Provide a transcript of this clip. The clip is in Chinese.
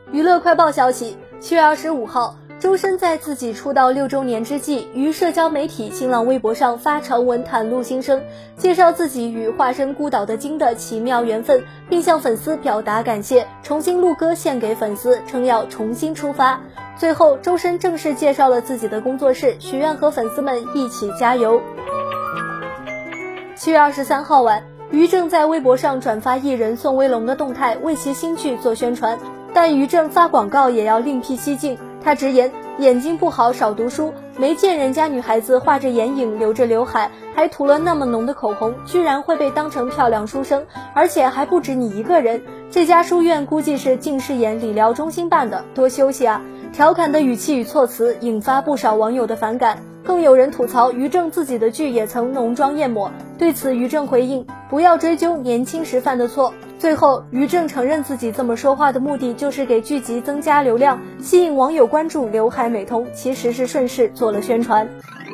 娱乐快报消息，7月25号，周深在自己出道6周年之际，于社交媒体新浪微博上发长文袒露心声，介绍自己与化身孤岛的鲸的奇妙缘分，并向粉丝表达感谢，重新录歌献给粉丝，称要重新出发。最后，周深正式介绍了自己的工作室，许愿和粉丝们一起加油。7月23号晚，于正在微博上转发艺人宋威龙的动态，为其新剧做宣传。但于正发广告也要另辟蹊径，他直言眼睛不好少读书，没见人家女孩子画着眼影留着刘海，还涂了那么浓的口红，居然会被当成漂亮书生，而且还不止你一个人，这家书院估计是近视眼理疗中心办的，多休息啊。调侃的语气与措辞引发不少网友的反感，更有人吐槽于正自己的剧也曾浓妆艳抹，对此于正回应不要追究年轻时犯的错。最后，于正承认自己这么说话的目的就是给剧集增加流量，吸引网友关注刘海美瞳，其实是顺势做了宣传。